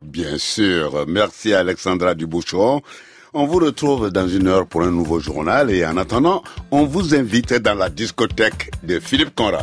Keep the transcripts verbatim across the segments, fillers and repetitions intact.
Bien sûr. Merci Alexandra Dubouchon. On vous retrouve dans une heure pour un nouveau journal et en attendant, on vous invite dans la discothèque de Philippe Conrad.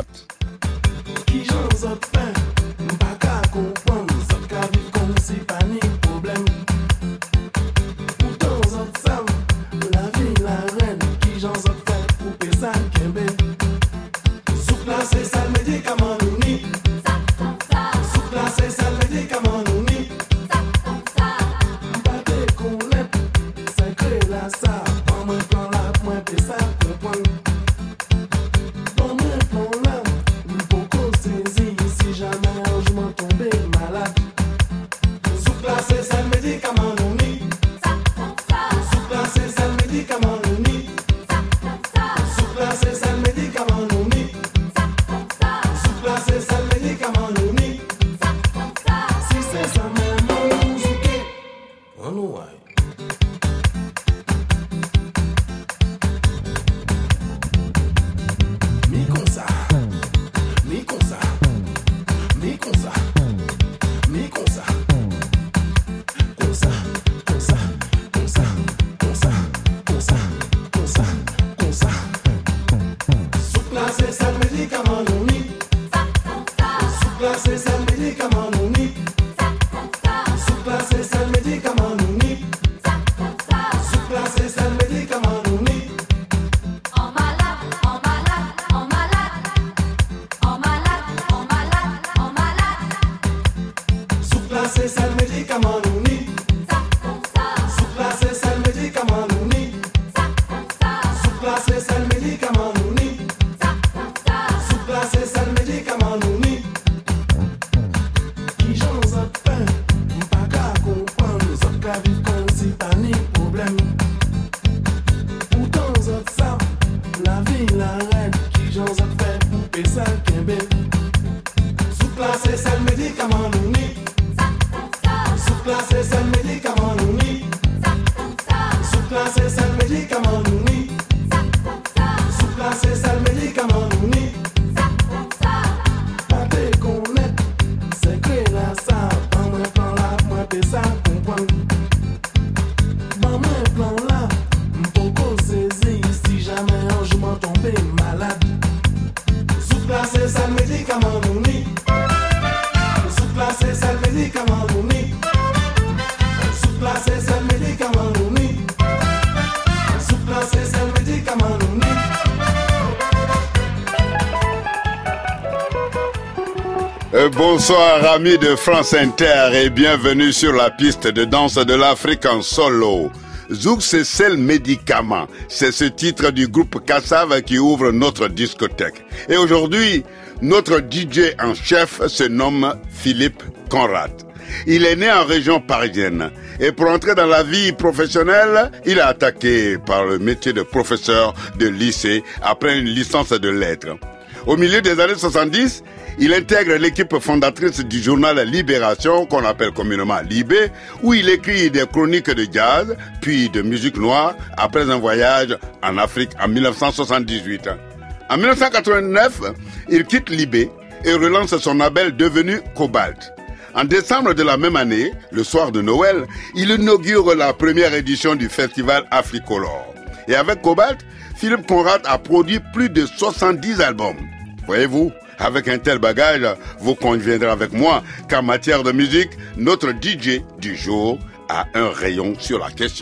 Bonsoir amis de France Inter et bienvenue sur la piste de danse de l'Afrique en solo. Zouk c'est le médicament, c'est ce titre du groupe Kassav qui ouvre notre discothèque. Et aujourd'hui, notre D J en chef se nomme Philippe Conrad. Il est né en région parisienne et pour entrer dans la vie professionnelle, il a attaqué par le métier de professeur de lycée après une licence de lettres. Au milieu des années soixante-dix, il intègre l'équipe fondatrice du journal Libération, qu'on appelle communément Libé, où il écrit des chroniques de jazz, puis de musique noire, après un voyage en Afrique en dix-neuf cent soixante-dix-huit. En dix-neuf cent quatre-vingt-neuf, il quitte Libé et relance son label devenu Cobalt. En décembre de la même année, le soir de Noël, il inaugure la première édition du festival Africolor. Et avec Cobalt, Philippe Conrad a produit plus de soixante-dix albums. Voyez-vous, avec un tel bagage, vous conviendrez avec moi qu'en matière de musique, notre D J du jour a un rayon sur la question.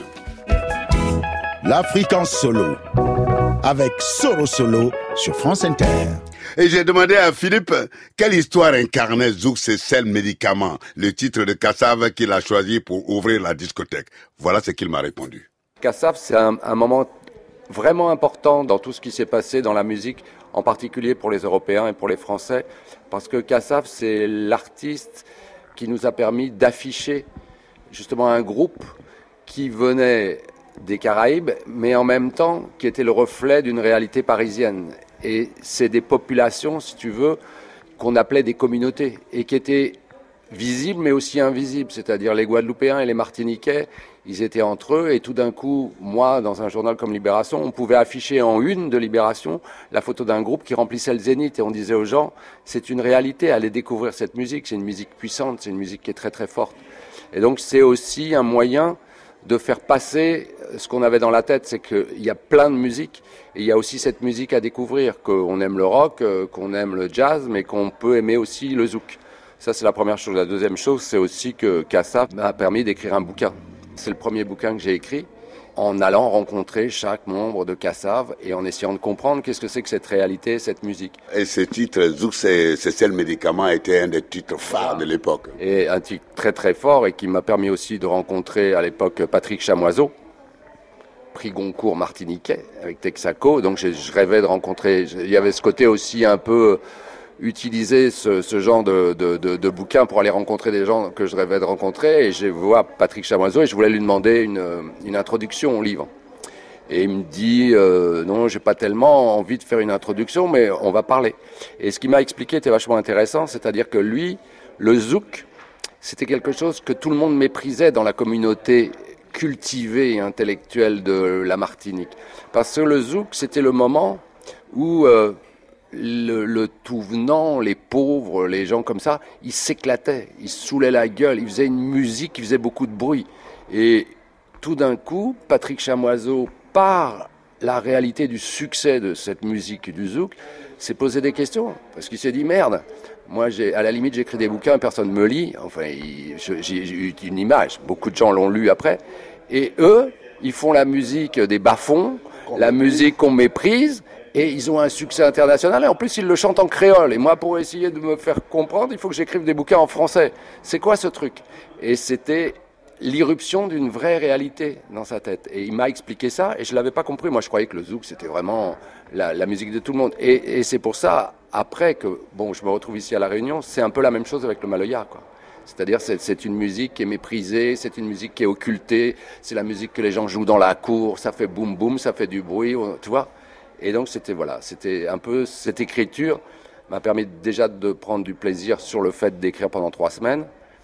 L'Afrique en solo, avec Solo Solo sur France Inter. Et j'ai demandé à Philippe quelle histoire incarnait Zouk c'est le médicament, le titre de Kassav qu'il a choisi pour ouvrir la discothèque. Voilà ce qu'il m'a répondu. Kassav, c'est un, un moment vraiment important dans tout ce qui s'est passé dans la musique, en particulier pour les Européens et pour les Français, parce que Kassav, c'est l'artiste qui nous a permis d'afficher justement un groupe qui venait des Caraïbes, mais en même temps qui était le reflet d'une réalité parisienne. Et c'est des populations, si tu veux, qu'on appelait des communautés, et qui étaient visibles mais aussi invisibles, c'est-à-dire les Guadeloupéens et les Martiniquais, ils étaient entre eux, et tout d'un coup, moi, dans un journal comme Libération, on pouvait afficher en une de Libération la photo d'un groupe qui remplissait le Zénith, et on disait aux gens, c'est une réalité, allez découvrir cette musique, c'est une musique puissante, c'est une musique qui est très très forte. Et donc c'est aussi un moyen de faire passer ce qu'on avait dans la tête, c'est qu'il y a plein de musique, et il y a aussi cette musique à découvrir, qu'on aime le rock, qu'on aime le jazz, mais qu'on peut aimer aussi le zouk. Ça, c'est la première chose. La deuxième chose, c'est aussi que Kassav m'a permis d'écrire un bouquin. C'est le premier bouquin que j'ai écrit, en allant rencontrer chaque membre de Kassav et en essayant de comprendre qu'est-ce que c'est que cette réalité, cette musique. Et ce titre, Zouk, c'est, c'est le médicament, était un des titres phares de l'époque. Et un titre très très fort et qui m'a permis aussi de rencontrer à l'époque Patrick Chamoiseau, prix Goncourt martiniquais avec Texaco. Donc je, je rêvais de rencontrer, il y avait ce côté aussi un peu utiliser ce, ce genre de, de, de, de bouquin pour aller rencontrer des gens que je rêvais de rencontrer. Et je vois Patrick Chamoiseau et je voulais lui demander une, une introduction au livre. Et il me dit euh, non, j'ai pas tellement envie de faire une introduction, mais on va parler. Et ce qu'il m'a expliqué était vachement intéressant, c'est-à-dire que lui, le zouk, c'était quelque chose que tout le monde méprisait dans la communauté cultivée et intellectuelle de la Martinique. Parce que le zouk, c'était le moment où euh, le, le tout venant, les pauvres, les gens comme ça, ils s'éclataient, ils se saoulaient la gueule, ils faisaient une musique qui faisait beaucoup de bruit. Et tout d'un coup, Patrick Chamoiseau, par la réalité du succès de cette musique du zouk, s'est posé des questions. Parce qu'il s'est dit, merde, moi, j'ai, à la limite, j'écris des bouquins, personne ne me lit. Enfin, il, j'ai, j'ai eu une image. Beaucoup de gens l'ont lu après. Et eux, ils font la musique des bas-fonds, la musique qu'on méprise, et ils ont un succès international. Et en plus, ils le chantent en créole. Et moi, pour essayer de me faire comprendre, il faut que j'écrive des bouquins en français. C'est quoi ce truc ? Et c'était l'irruption d'une vraie réalité dans sa tête. Et il m'a expliqué ça, et je l'avais pas compris. Moi, je croyais que le zouk, c'était vraiment la, la musique de tout le monde. Et, et c'est pour ça, après que, bon, je me retrouve ici à La Réunion, c'est un peu la même chose avec le maloya, quoi. C'est-à-dire, c'est, c'est une musique qui est méprisée, c'est une musique qui est occultée, c'est la musique que les gens jouent dans la cour, ça fait boum boum, ça fait du bruit, tu vois. Et donc, c'était, voilà, c'était un peu, cette écriture m'a permis déjà de prendre du plaisir sur le fait d'écrire pendant trois semaines,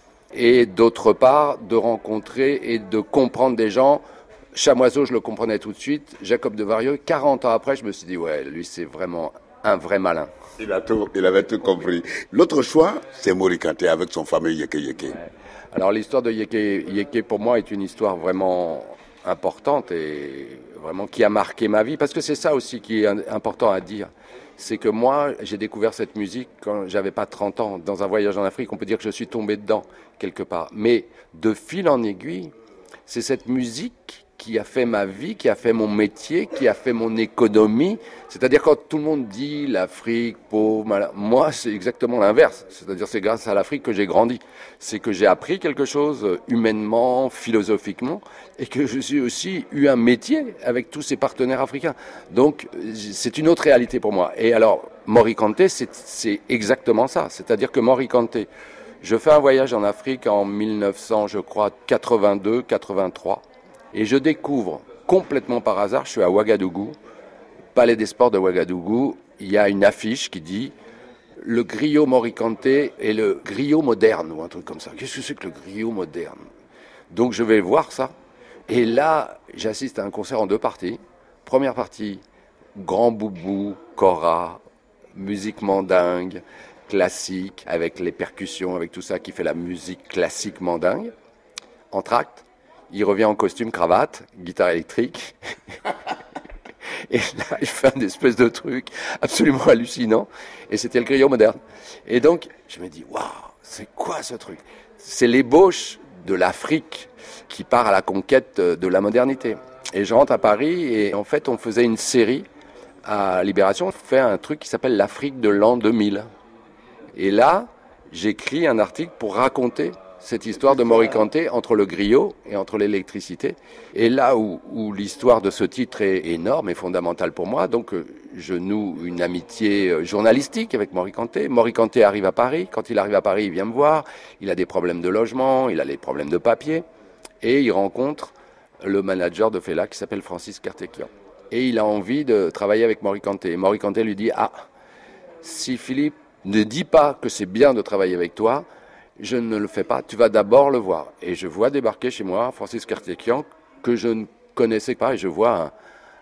et d'autre part, de rencontrer et de comprendre des gens. Chamoiseau, je le comprenais tout de suite. Jacob de Varieux, quarante ans après, je me suis dit, ouais, lui, c'est vraiment un vrai malin. Il a tout, il avait tout compris. L'autre choix, c'est Mori Kanté avec son fameux Yeke Yeke. Ouais. Alors, l'histoire de Yeke Yeke, pour moi, est une histoire vraiment importante et vraiment qui a marqué ma vie, parce que c'est ça aussi qui est important à dire. C'est que moi, j'ai découvert cette musique quand j'avais pas trente ans. Dans un voyage en Afrique, on peut dire que je suis tombé dedans, quelque part. Mais de fil en aiguille, c'est cette musique qui a fait ma vie, qui a fait mon métier, qui a fait mon économie. C'est-à-dire quand tout le monde dit l'Afrique, pauvre, malade, moi c'est exactement l'inverse. C'est-à-dire c'est grâce à l'Afrique que j'ai grandi. C'est que j'ai appris quelque chose humainement, philosophiquement, et que je suis aussi eu un métier avec tous ces partenaires africains. Donc c'est une autre réalité pour moi. Et alors Mori Kanté, c'est, c'est exactement ça. C'est-à-dire que Mori Kanté, je fais un voyage en Afrique en mille neuf cents, je crois, quatre-vingt-deux, quatre-vingt-trois. Et je découvre complètement par hasard, je suis à Ouagadougou, Palais des Sports de Ouagadougou, il y a une affiche qui dit « Le griot Mori Kanté et le griot moderne » ou un truc comme ça. Qu'est-ce que c'est que le griot moderne ? Donc je vais voir ça. Et là, j'assiste à un concert en deux parties. Première partie, grand boubou, kora, musique mandingue, classique, avec les percussions, avec tout ça qui fait la musique classique mandingue. Entracte. Il revient en costume, cravate, guitare électrique. Et là, il fait une espèce de truc absolument hallucinant. Et c'était le griot moderne. Et donc, je me dis, waouh, c'est quoi ce truc ? C'est l'ébauche de l'Afrique qui part à la conquête de la modernité. Et je rentre à Paris et en fait, on faisait une série à Libération. On fait un truc qui s'appelle l'Afrique de l'an deux mille. Et là, j'écris un article pour raconter cette histoire de Mori Kanté entre le griot et entre l'électricité. Et là où, où l'histoire de ce titre est énorme et fondamentale pour moi, donc je noue une amitié journalistique avec Mori Kanté. Mori Kanté arrive à Paris. Quand il arrive à Paris, il vient me voir. Il a des problèmes de logement, il a des problèmes de papier. Et il rencontre le manager de Fela qui s'appelle Francis Kartekian. Et il a envie de travailler avec Mori Kanté. Et Mori Kanté lui dit « Ah, si Philippe ne dit pas que c'est bien de travailler avec toi, je ne le fais pas, tu vas d'abord le voir. » Et je vois débarquer chez moi Francis Kartekian, que je ne connaissais pas, et je vois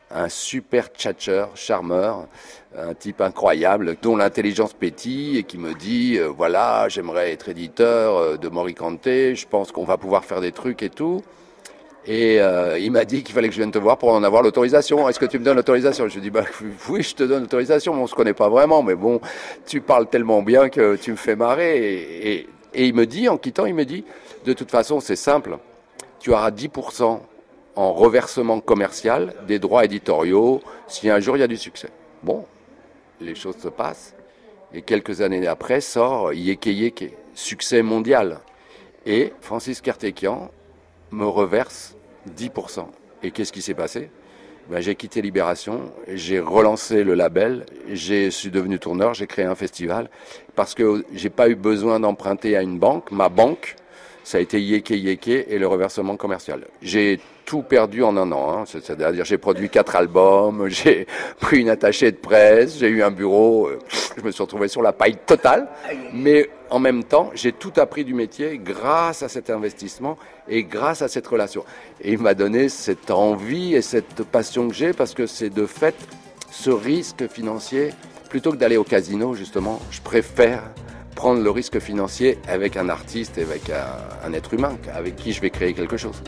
un super tchatcheur, charmeur, un type incroyable, dont l'intelligence pétille et qui me dit euh, voilà, j'aimerais être éditeur euh, de Morikante, je pense qu'on va pouvoir faire des trucs et tout. Et euh, il m'a dit qu'il fallait que je vienne te voir pour en avoir l'autorisation. Est-ce que tu me donnes l'autorisation? Je lui ai dit bah oui, je te donne l'autorisation, mais on se connaît pas vraiment, mais bon, tu parles tellement bien que tu me fais marrer. Et, et, et il me dit, en quittant, il me dit de toute façon, c'est simple, tu auras dix pour cent en reversement commercial des droits éditoriaux si un jour il y a du succès. Bon, les choses se passent. Et quelques années après sort Yeke Yeke, succès mondial. Et Francis Kertekian me reverse dix pour cent. Et qu'est-ce qui s'est passé? Ben, j'ai quitté Libération, j'ai relancé le label, je suis devenu tourneur, j'ai créé un festival, parce que j'ai pas eu besoin d'emprunter à une banque. Ma banque, ça a été Yeke Yeke et le reversement commercial. J'ai tout perdu en un an, hein. C'est-à-dire j'ai produit quatre albums, j'ai pris une attachée de presse, j'ai eu un bureau, euh, je me suis retrouvé sur la paille totale, mais en même temps, j'ai tout appris du métier grâce à cet investissement et grâce à cette relation. Et il m'a donné cette envie et cette passion que j'ai, parce que c'est de fait ce risque financier, plutôt que d'aller au casino justement, je préfère prendre le risque financier avec un artiste, avec un, un être humain avec qui je vais créer quelque chose.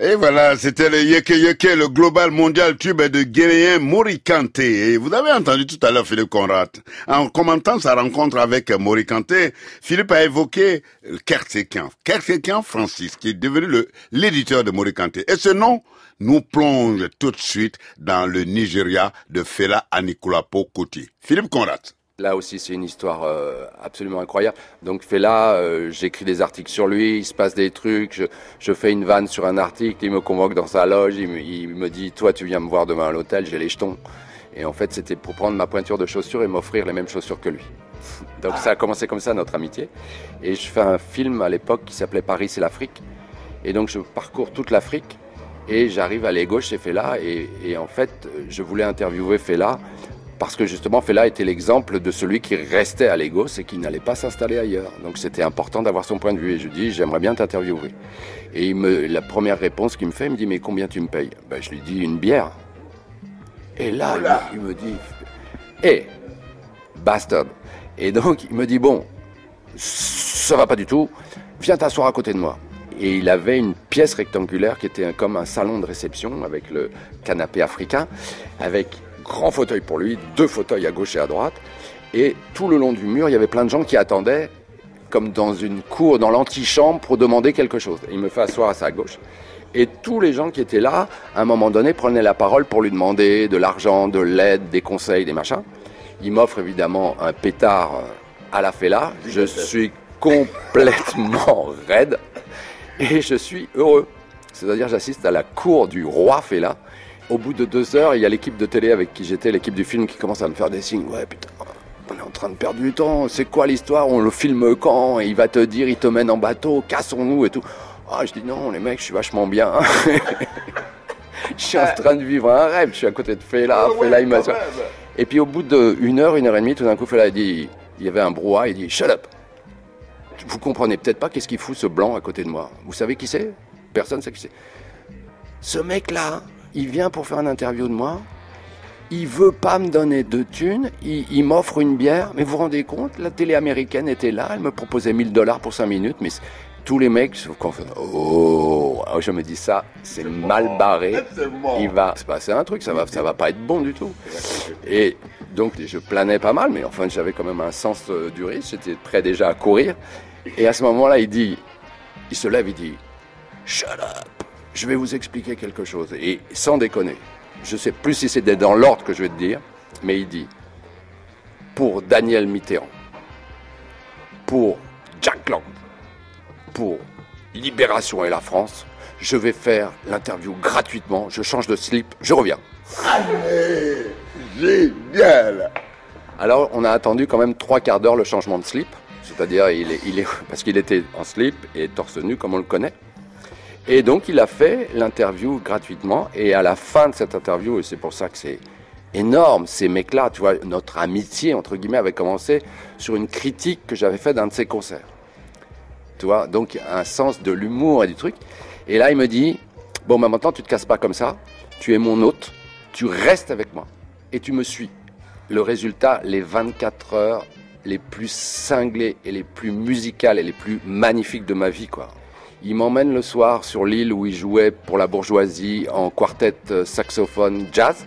Et voilà, c'était le Yeke Yeke, le global mondial tube de Guinéen Mori Kanté. Et vous avez entendu tout à l'heure Philippe Conrad. En commentant sa rencontre avec Mori Kanté, Philippe a évoqué Kertsekian. Kertsekian Francis, qui est devenu le, l'éditeur de Mori Kanté. Et ce nom nous plonge tout de suite dans le Nigeria de Fela Anikulapo Kuti. Philippe Conrad. Là aussi, c'est une histoire euh, absolument incroyable. Donc Fela, euh, j'écris des articles sur lui, il se passe des trucs, je, je fais une vanne sur un article, il me convoque dans sa loge, il me, il me dit « Toi, tu viens me voir demain à l'hôtel, j'ai les jetons ». Et en fait, c'était pour prendre ma pointure de chaussures et m'offrir les mêmes chaussures que lui. Donc ça a commencé comme ça, notre amitié. Et je fais un film à l'époque qui s'appelait « Paris, c'est l'Afrique ». Et donc je parcours toute l'Afrique et j'arrive à Lagos chez Fela. Et, et en fait, je voulais interviewer Fela parce que justement, Fela était l'exemple de celui qui restait à Lagos et qui n'allait pas s'installer ailleurs. Donc c'était important d'avoir son point de vue. Et je lui dis, j'aimerais bien t'interviewer. Et il me, la première réponse qu'il me fait, il me dit, mais combien tu me payes? Ben, je lui dis, une bière. Et là, il, il me dit, hé, hey, bastard. Et donc, il me dit, bon, ça va pas du tout, viens t'asseoir à côté de moi. Et il avait une pièce rectangulaire qui était comme un salon de réception avec le canapé africain, avec grand fauteuil pour lui, deux fauteuils à gauche et à droite. Et tout le long du mur, il y avait plein de gens qui attendaient, comme dans une cour, dans l'antichambre, pour demander quelque chose. Il me fait asseoir à sa gauche. Et tous les gens qui étaient là, à un moment donné, prenaient la parole pour lui demander de l'argent, de l'aide, des conseils, des machins. Il m'offre évidemment un pétard à la Fela. Je suis complètement raide et je suis heureux. C'est-à-dire, j'assiste à la cour du roi Fela. Au bout de deux heures, il y a l'équipe de télé avec qui j'étais, l'équipe du film, qui commence à me faire des signes. Ouais, putain, on est en train de perdre du temps. C'est quoi l'histoire? On le filme quand? Et il va te dire, il te mène en bateau, cassons-nous et tout. Ah, je dis non, les mecs, je suis vachement bien. Je suis en train de vivre un rêve. Je suis à côté de Fela. Oh, Fela, ouais, il m'a... Et puis au bout d'une heure, une heure et demie, tout d'un coup, Fela a dit, il y avait un brouhaha, il dit, shut up. Vous comprenez peut-être pas qu'est-ce qu'il fout ce blanc à côté de moi. Vous savez qui c'est? Personne ne sait qui c'est. Ce mec-là, il vient pour faire une interview de moi. Il veut pas me donner de thunes. Il, il m'offre une bière. Mais vous vous rendez compte? La télé américaine était là. Elle me proposait mille dollars pour cinq minutes. Mais tous les mecs se confondent. Oh, je me dis ça, c'est, c'est mal mort. barré. C'est il va se passer un truc. Ça va, ça va pas être bon du tout. Et donc, je planais pas mal. Mais enfin, j'avais quand même un sens du risque. J'étais prêt déjà à courir. Et à ce moment-là, il dit, il se lève, il dit, shut up. Je vais vous expliquer quelque chose. Et sans déconner, je sais plus si c'est dans l'ordre que je vais te dire, mais il dit, pour Daniel Mitterrand, pour Jack Lang, pour Libération et la France, je vais faire l'interview gratuitement, je change de slip, je reviens. Allez, génial. Alors, on a attendu quand même trois quarts d'heure le changement de slip, c'est-à-dire, il est, il est, parce qu'il était en slip et torse nu, comme on le connaît. Et donc, il a fait l'interview gratuitement. Et à la fin de cette interview, et c'est pour ça que c'est énorme, ces mecs-là, tu vois, notre amitié, entre guillemets, avait commencé sur une critique que j'avais faite d'un de ses concerts. Tu vois, donc un sens de l'humour et du truc. Et là, il me dit, bon, bah, maintenant, tu te casses pas comme ça. Tu es mon hôte. Tu restes avec moi. Et tu me suis. Le résultat, les vingt-quatre heures les plus cinglées et les plus musicales et les plus magnifiques de ma vie, quoi. Il m'emmène le soir sur l'île où il jouait pour la bourgeoisie en quartet saxophone jazz.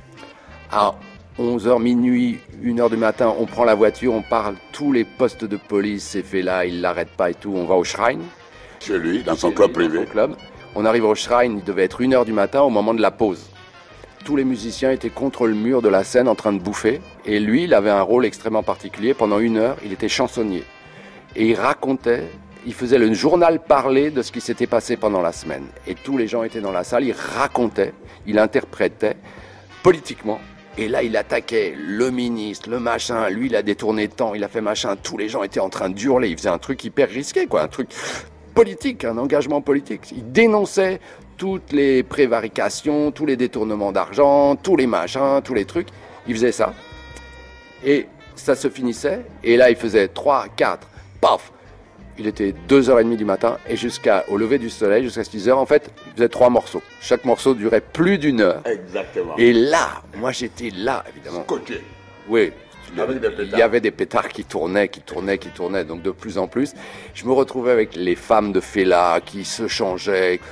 À onze heures, minuit, une heure du matin, on prend la voiture, on parle tous les postes de police, c'est fait là, il l'arrête pas et tout, on va au Shrine. Chez lui, dans son club privé. Dans son club. On arrive au Shrine, il devait être une heure du matin au moment de la pause. Tous les musiciens étaient contre le mur de la scène en train de bouffer. Et lui, il avait un rôle extrêmement particulier. Pendant une heure, il était chansonnier. Et il racontait... Il faisait le journal parlé de ce qui s'était passé pendant la semaine. Et tous les gens étaient dans la salle, il racontait, il interprétait politiquement. Et là, il attaquait le ministre, le machin. Lui, il a détourné tant, il a fait machin. Tous les gens étaient en train de hurler. Il faisait un truc hyper risqué, quoi. Un truc politique, un engagement politique. Il dénonçait toutes les prévarications, tous les détournements d'argent, tous les machins, tous les trucs. Il faisait ça. Et ça se finissait. Et là, il faisait trois, quatre, paf. Il était deux heures trente du matin et jusqu'au lever du soleil, jusqu'à six heures, en fait, il faisait trois morceaux. Chaque morceau durait plus d'une heure. Exactement. Et là, moi j'étais là, évidemment. Côté. Oui. Avec des pétards. Il y avait des pétards qui tournaient, qui tournaient, qui tournaient, donc de plus en plus. Je me retrouvais avec les femmes de Fela qui se changeaient.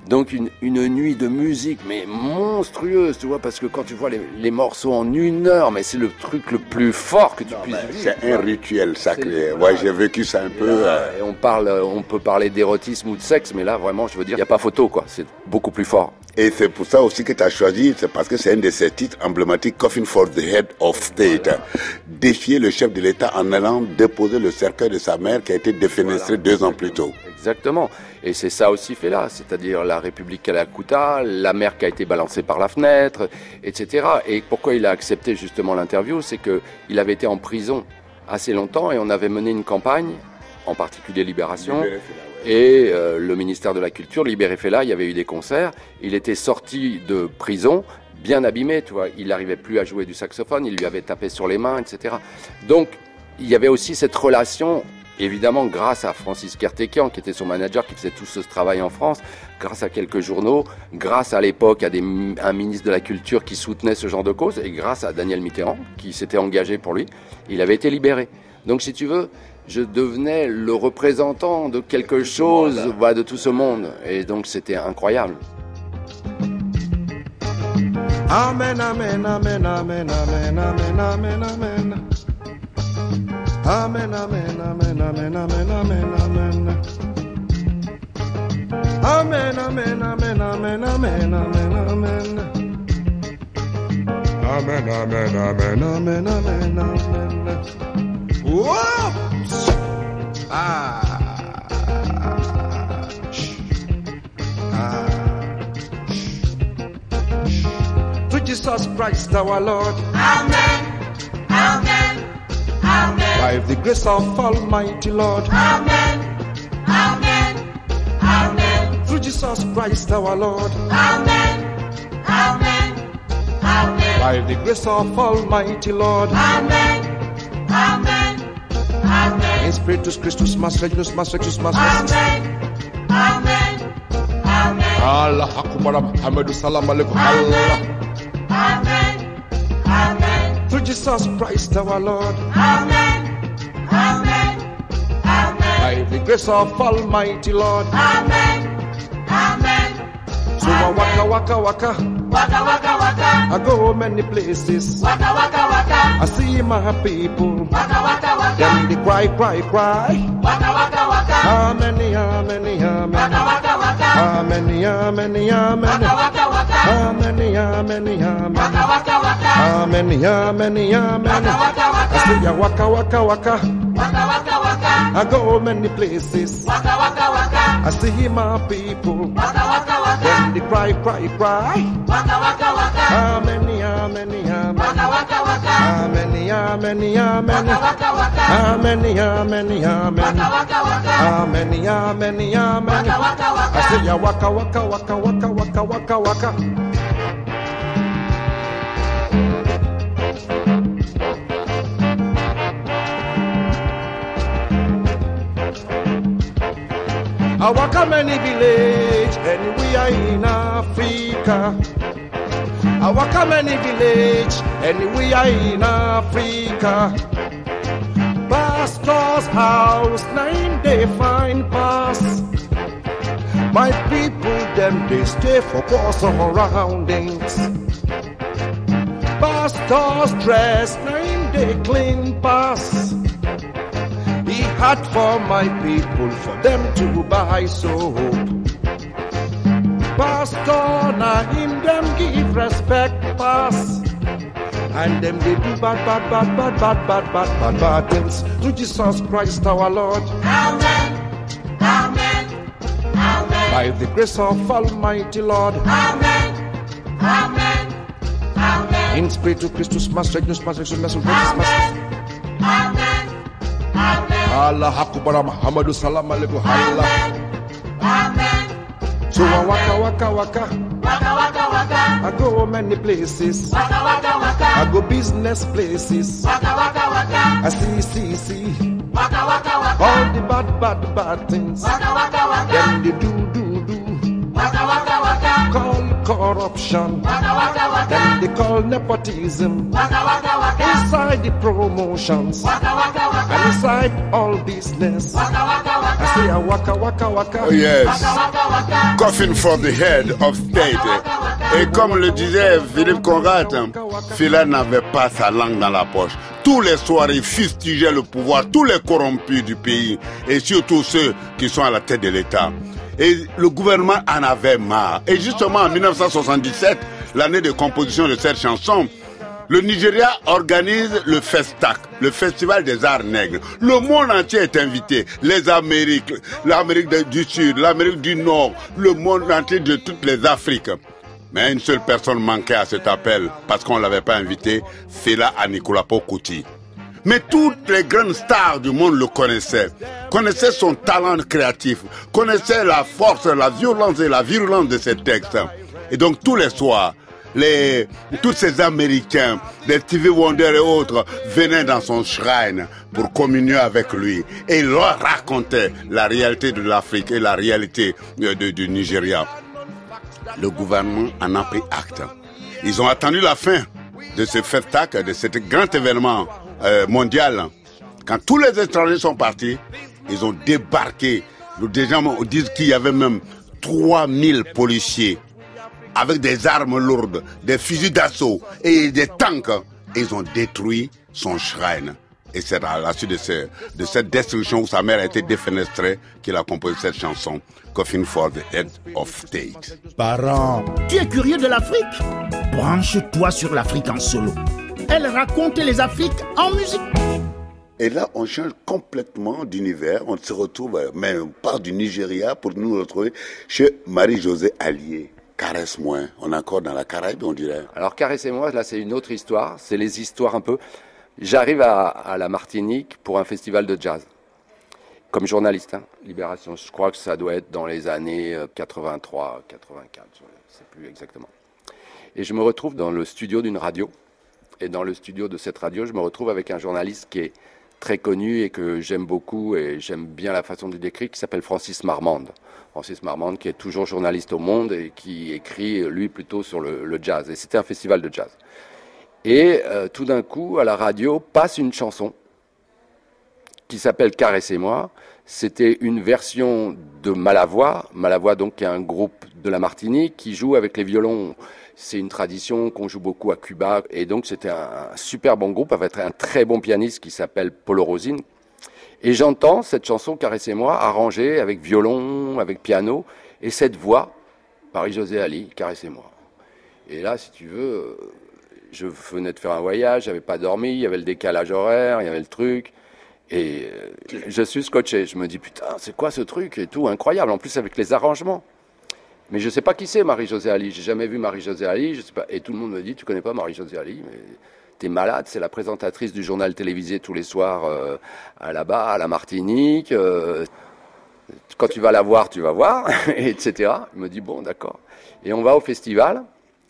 Donc une, une nuit de musique, mais monstrueuse, tu vois, parce que quand tu vois les, les morceaux en une heure, mais c'est le truc le plus fort que tu non, puisses vivre. C'est un rituel sacré. Ouais, j'ai vécu ça un peu. Et, euh... et on parle, on peut parler d'érotisme ou de sexe, mais là, vraiment, je veux dire, il n'y a pas photo, quoi. C'est beaucoup plus fort. Et c'est pour ça aussi que tu as choisi, c'est parce que c'est un de ces titres emblématiques, Coffin for the Head of State. Voilà. Défier le chef de l'État en allant déposer le cercueil de sa mère qui a été défenestré voilà. deux ans plus tôt. Exactement. Et c'est ça aussi fait là, c'est-à-dire la République Calcutta, la mère qui a été balancée par la fenêtre, et cetera. Et pourquoi il a accepté justement l'interview, c'est qu'il avait été en prison assez longtemps et on avait mené une campagne, en particulier Libération, Libéré, ouais. et euh, le ministère de la Culture, Libéré Fela, il y avait eu des concerts, il était sorti de prison, bien abîmé, tu vois, il n'arrivait plus à jouer du saxophone, il lui avait tapé sur les mains, et cetera. Donc, il y avait aussi cette relation, évidemment, grâce à Francis Kertekian, qui était son manager, qui faisait tout ce travail en France, grâce à quelques journaux, grâce à l'époque à des, un ministre de la Culture qui soutenait ce genre de cause, et grâce à Daniel Mitterrand, qui s'était engagé pour lui, il avait été libéré. Donc, si tu veux, je devenais le représentant de quelque chose, bah, de tout ce monde. Et donc, c'était incroyable. Amen, amen, amen, amen, amen, amen, amen, amen. Amen, amen, amen, amen, amen, amen, amen. Amen, amen, amen, amen, amen, amen, amen. Amen, amen, amen, amen, amen, amen. Whoops! Ah. Ah. To Jesus Christ our Lord. Amen. Amen. Amen. By the grace of Almighty Lord. Amen. Amen. Amen. Through Jesus Christ our Lord. Amen. Amen. Amen. By the grace of Almighty Lord. Amen. Amen. Amen. In Spiritus Christus, Master Regnus, Master Regnus, Master Amen. Amen. Amen. Allah Akbar, Muhammadu Salam Alaikum. Allah. Amen. Amen. Through Jesus Christ our Lord. Amen. Amen. Amen. By the grace of Almighty Lord. Amen. Amen. So I waka waka waka. Waka waka waka. I go many places. Waka waka waka. I see my people. Waka waka waka. Them they cry, cry, cry. Waka waka waka. Amen, amen, amen. Waka waka waka. Amen, amen, amen. Waka waka waka. Amen, amen, amen. Waka waka waka. Amen, amen, amen. Waka waka waka. I say ya waka waka waka. Waka waka waka. I go many places. Waka waka waka. I see my people. Waka waka waka. Them they cry, cry, cry. Waka waka waka. Amen, amen, amen. Waka waka waka. Amen, amen, amen. Waka waka waka. Amen, amen, amen. Waka waka waka. Amen, amen, amen. Waka waka waka. I say ya waka waka waka waka waka waka waka. I waka many village anywhere in Africa. I waka many village anywhere in Africa. Pastor's house, nine they find pass. My people, them they stay for poor surroundings. Pastor's dress, nine they clean pass. He had for my people, for them to buy soap. Pastor, now him them give respect pass. And them they do bad, bad, bad, bad, bad, bad, bad, bad, bad things to Jesus Christ our Lord. Amen. Amen. Amen. By the grace of Almighty Lord. Amen. Amen. Amen. In Spiritus Christus, Master Regnus, Master Regnus, Master Regnus, Amen. Master. Amen. Amen. Allah Akbar, Muhammadu Salam Alaikum. Allah. Amen. So I waka waka waka. Waka waka waka. I go many places. Waka waka waka. I go business places. Waka waka waka. I see, see, see. Waka waka waka. All the bad, bad, bad things. Waka waka waka. Them they do, do, do. Waka waka waka. Call corruption. Waka waka waka. Them they call nepotism. Waka waka waka. inside the promotions, Waka waka waka. and inside all business. Waka waka I waka. say a waka waka waka. Oh yes. Waka waka. Coffin for the head of state. Et comme le disait Philippe Conrad, Fela n'avait pas sa langue dans la poche. Tous les soirs, il fustigeait le pouvoir, tous les corrompus du pays, et surtout ceux qui sont à la tête de l'État. Et le gouvernement en avait marre. Et justement, en dix-neuf cent soixante-dix-sept, l'année de composition de cette chanson, le Nigeria organise le FESTAC, le Festival des Arts Nègres. Le monde entier est invité. Les Amériques, l'Amérique du Sud, l'Amérique du Nord, le monde entier de toutes les Afriques. Mais une seule personne manquait à cet appel parce qu'on ne l'avait pas invité, Fela Anikulapo Kuti. Mais toutes les grandes stars du monde le connaissaient, connaissaient son talent créatif, connaissaient la force, la violence et la virulence de ses textes. Et donc tous les soirs, les, tous ces Américains, les Stevie Wonder et autres, venaient dans son shrine pour communier avec lui. Et il leur racontait la réalité de l'Afrique et la réalité de, de, du Nigeria. Le gouvernement en a pris acte. Ils ont attendu la fin de ce FESTAC, de ce grand événement euh, mondial. Quand tous les étrangers sont partis, ils ont débarqué. Des gens disent qu'il y avait même trois mille policiers avec des armes lourdes, des fusils d'assaut et des tanks. Et ils ont détruit son shrine. Et c'est à la suite de, ce, de cette destruction où sa mère a été défenestrée qu'il a composé cette chanson, Coffin for the Head of State. Parent, tu es curieux de l'Afrique? Branche-toi sur l'Afrique en solo. Elle raconte les Afriques en musique. Et là, on change complètement d'univers. On se retrouve, mais on part du Nigeria pour nous retrouver chez Marie-Josée Allier. Caresse-moi. On est encore dans la Caraïbe, on dirait. Alors caressez-moi, là c'est une autre histoire. C'est les histoires un peu... J'arrive à, à la Martinique pour un festival de jazz, comme journaliste, hein, Libération. Je crois que ça doit être dans les années quatre-vingt-trois, quatre-vingt-quatre, je ne sais plus exactement. Et je me retrouve dans le studio d'une radio. Et dans le studio de cette radio, je me retrouve avec un journaliste qui est très connu et que j'aime beaucoup et j'aime bien la façon de décrire, qui s'appelle Francis Marmande. Francis Marmande qui est toujours journaliste au Monde et qui écrit, lui, plutôt sur le, le jazz. Et c'était un festival de jazz. Et euh, tout d'un coup, à la radio, passe une chanson qui s'appelle « Caressez-moi ». C'était une version de Malavoie. Malavoie, donc, qui est un groupe de la Martinique qui joue avec les violons. C'est une tradition qu'on joue beaucoup à Cuba. Et donc, c'était un, un super bon groupe avec un très bon pianiste qui s'appelle Polo Rosine. Et j'entends cette chanson « Caressez-moi » arrangée avec violon, avec piano. Et cette voix, Marie-Josée Ali, « Caressez-moi ». Et là, si tu veux... Je venais de faire un voyage, j'avais pas dormi, il y avait le décalage horaire, il y avait le truc. Et je suis scotché. Je me dis, putain, c'est quoi ce truc et tout, incroyable. En plus, avec les arrangements. Mais je sais pas qui c'est Marie-Josée Ali. J'ai jamais vu Marie-Josée Ali. Je sais pas. Et tout le monde me dit, tu connais pas Marie-Josée Ali, mais t'es malade. C'est la présentatrice du journal télévisé tous les soirs euh, à là-bas, à la Martinique. Euh, quand tu vas la voir, tu vas voir, et cetera. Il me dit, bon, d'accord. Et on va au festival.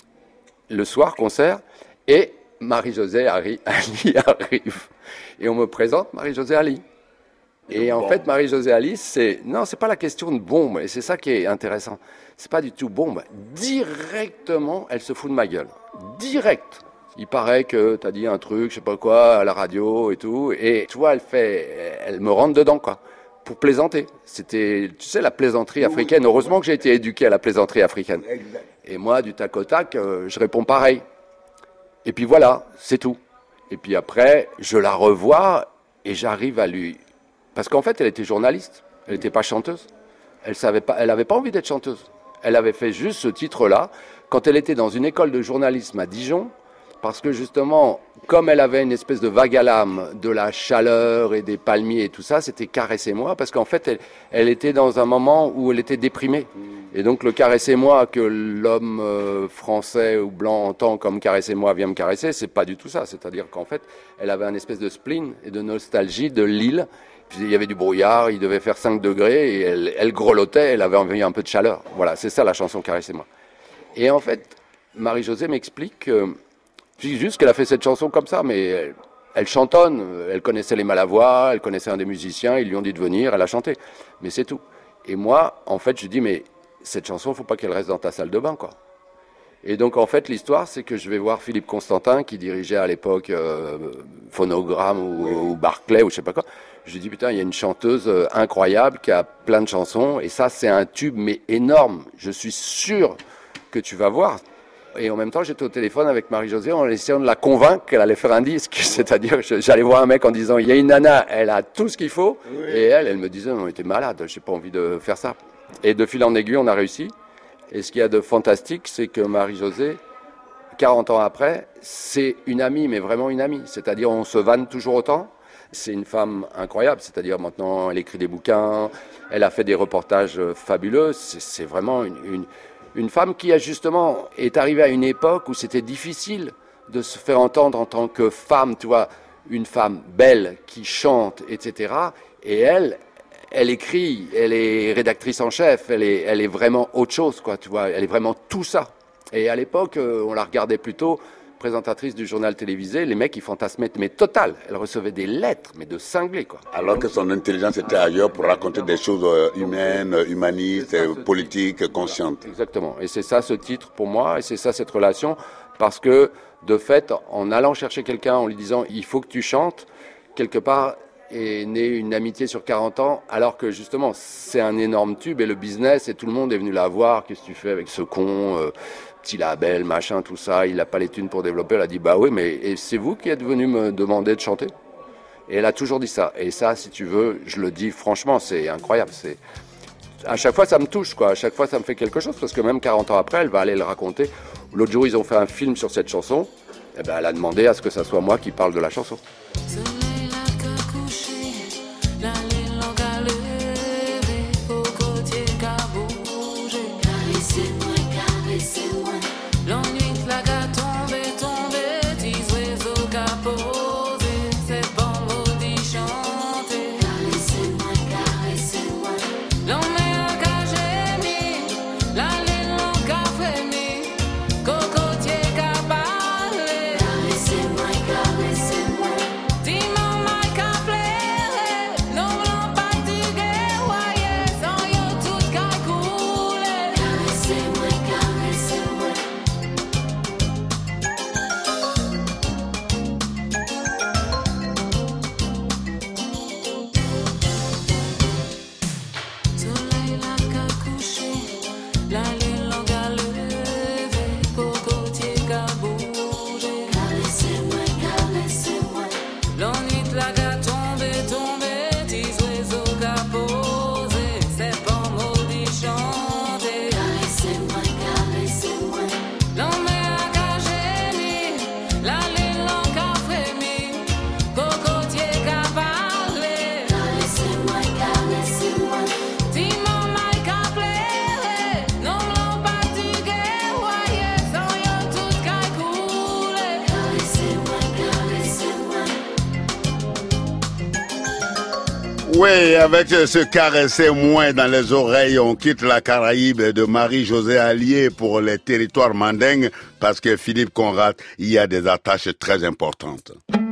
Le soir, concert. Et Marie-Josée Ali arrive. Et on me présente Marie-Josée Ali. Et en fait, Marie-Josée Ali, c'est... Non, c'est pas la question de bombe. Et c'est ça qui est intéressant. C'est pas du tout bombe. Directement, elle se fout de ma gueule. Direct. Il paraît que t'as dit un truc, je sais pas quoi, à la radio et tout. Et tu vois, elle fait... Elle me rentre dedans, quoi. Pour plaisanter. C'était, tu sais, la plaisanterie africaine. Heureusement que j'ai été éduqué à la plaisanterie africaine. Et moi, du tac au tac, euh, je réponds pareil. Et puis voilà, c'est tout. Et puis après, je la revois et j'arrive à lui... Parce qu'en fait, elle était journaliste, elle n'était pas chanteuse. Elle savait pas, elle n'avait pas envie d'être chanteuse. Elle avait fait juste ce titre-là quand elle était dans une école de journalisme à Dijon, parce que justement, comme elle avait une espèce de vague à l'âme de la chaleur et des palmiers et tout ça, c'était « Caressez-moi », parce qu'en fait, elle, elle était dans un moment où elle était déprimée. Et donc le « Caressez-moi » que l'homme euh, français ou blanc entend comme « Caressez-moi, viens me caresser », c'est pas du tout ça. C'est-à-dire qu'en fait, elle avait un espèce de spleen et de nostalgie de l'île. Puis, il y avait du brouillard, il devait faire cinq degrés et elle, elle grelottait, elle avait envie un peu de chaleur. Voilà, c'est ça la chanson « Caressez-moi ». Et en fait, Marie-Josée m'explique que... Je dis juste qu'elle a fait cette chanson comme ça, mais elle, elle chantonne, elle connaissait les Malavoie, elle connaissait un des musiciens, ils lui ont dit de venir, elle a chanté. Mais c'est tout. Et moi, en fait, je dis, mais cette chanson, il ne faut pas qu'elle reste dans ta salle de bain, quoi. Et donc, en fait, l'histoire, c'est que je vais voir Philippe Constantin, qui dirigeait à l'époque euh, Phonogramme ou, ou Barclay ou je sais pas quoi. Je lui dis, putain, il y a une chanteuse euh, incroyable qui a plein de chansons. Et ça, c'est un tube, mais énorme. Je suis sûr que tu vas voir. Et en même temps, j'étais au téléphone avec Marie-Josée en essayant de la convaincre qu'elle allait faire un disque. C'est-à-dire, j'allais voir un mec en disant, il y a une nana, elle a tout ce qu'il faut. Oui. Et elle, elle me disait, non, t'es malade, j'ai pas envie de faire ça. Et de fil en aiguille, on a réussi. Et ce qu'il y a de fantastique, c'est que Marie-Josée, quarante ans après, c'est une amie, mais vraiment une amie. C'est-à-dire, on se vanne toujours autant. C'est une femme incroyable. C'est-à-dire, maintenant, elle écrit des bouquins, elle a fait des reportages fabuleux. C'est, c'est vraiment une, une, une femme qui, a justement, est arrivée à une époque où c'était difficile de se faire entendre en tant que femme, tu vois, une femme belle qui chante, et cetera. Et elle... Elle écrit, elle est rédactrice en chef, elle est, elle est vraiment autre chose, quoi, tu vois, elle est vraiment tout ça. Et à l'époque, euh, on la regardait plutôt présentatrice du journal télévisé, les mecs, ils fantasmaient, mais total, elle recevait des lettres, mais de cinglés, quoi. Alors que son intelligence était ailleurs pour raconter des choses humaines, humanistes, ça, politiques, conscientes. Exactement, et c'est ça ce titre pour moi, et c'est ça cette relation, parce que, de fait, en allant chercher quelqu'un, en lui disant, il faut que tu chantes, quelque part, est née une amitié sur quarante ans, alors que justement c'est un énorme tube et le business et tout le monde est venu la voir. Qu'est-ce que tu fais avec ce con, euh, petit label, machin, tout ça, il n'a pas les thunes pour développer. Elle a dit bah oui, mais et c'est vous qui êtes venu me demander de chanter. Et elle a toujours dit ça. Et ça, si tu veux, je le dis franchement, c'est incroyable. C'est à chaque fois ça me touche, quoi. À chaque fois ça me fait quelque chose parce que même quarante ans après, elle va aller le raconter. L'autre jour, ils ont fait un film sur cette chanson. Et ben, elle a demandé à ce que ça soit moi qui parle de la chanson. Oui, avec ce caresser moins dans les oreilles, on quitte la Caraïbe de Marie-Josée Allier pour les territoires mandingues parce que Philippe Conrad y a des attaches très importantes.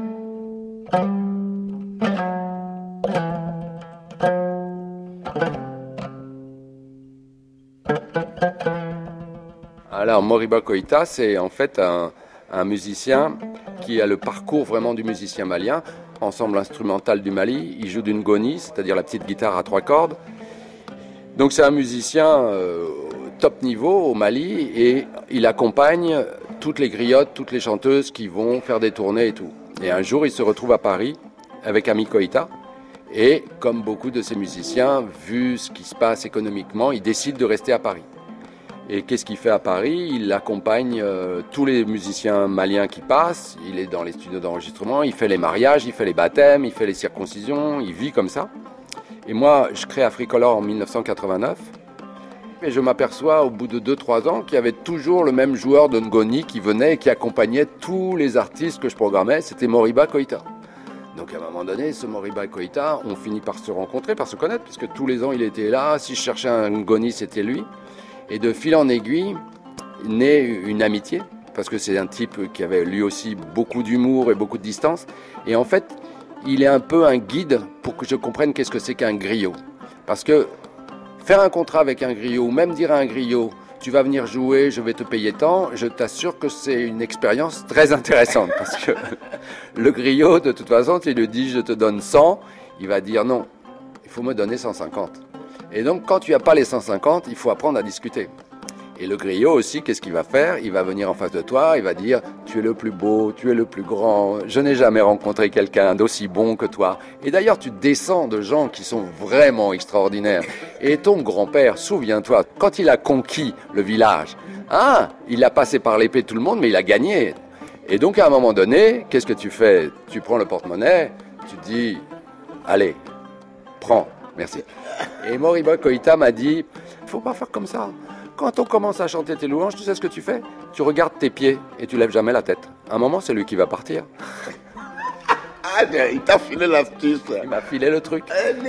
Alors, Moriba Koïta, c'est en fait un, un musicien qui a le parcours vraiment du musicien malien. Ensemble instrumental du Mali, il joue d'une ngoni, c'est-à-dire la petite guitare à trois cordes. Donc c'est un musicien euh, top niveau au Mali et il accompagne toutes les griottes, toutes les chanteuses qui vont faire des tournées et tout. Et un jour, il se retrouve à Paris avec Ami Koïta et comme beaucoup de ces musiciens, vu ce qui se passe économiquement, il décide de rester à Paris. Et qu'est-ce qu'il fait à Paris? Il accompagne euh, tous les musiciens maliens qui passent, il est dans les studios d'enregistrement, il fait les mariages, il fait les baptêmes, il fait les circoncisions, il vit comme ça. Et moi, je crée Africolor en dix-neuf cent quatre-vingt-neuf, et je m'aperçois au bout de deux trois ans qu'il y avait toujours le même joueur de ngoni qui venait et qui accompagnait tous les artistes que je programmais, c'était Moriba Koïta. Donc à un moment donné, ce Moriba Koïta, on finit par se rencontrer, par se connaître, puisque tous les ans il était là, si je cherchais un ngoni, c'était lui. Et de fil en aiguille, naît une amitié, parce que c'est un type qui avait lui aussi beaucoup d'humour et beaucoup de distance. Et en fait, il est un peu un guide pour que je comprenne qu'est-ce que c'est qu'un griot. Parce que faire un contrat avec un griot, ou même dire à un griot, tu vas venir jouer, je vais te payer tant, je t'assure que c'est une expérience très intéressante. Parce que le griot, de toute façon, tu lui dis je te donne cent, il va dire non, il faut me donner cent cinquante. Et donc, quand tu n'as pas les cent cinquante, il faut apprendre à discuter. Et le griot aussi, qu'est-ce qu'il va faire? Il va venir en face de toi, il va dire « Tu es le plus beau, tu es le plus grand, je n'ai jamais rencontré quelqu'un d'aussi bon que toi. » Et d'ailleurs, tu descends de gens qui sont vraiment extraordinaires. Et ton grand-père, souviens-toi, quand il a conquis le village, hein, il a passé par l'épée tout le monde, mais il a gagné. Et donc, à un moment donné, qu'est-ce que tu fais? Tu prends le porte-monnaie, tu te dis « Allez, prends, merci. » Et Moriba Koïta m'a dit « Il ne faut pas faire comme ça. » Quand on commence à chanter tes louanges, tu sais ce que tu fais? Tu regardes tes pieds et tu lèves jamais la tête. À un moment, c'est lui qui va partir. Ah, il t'a filé l'astuce. Il m'a filé le truc.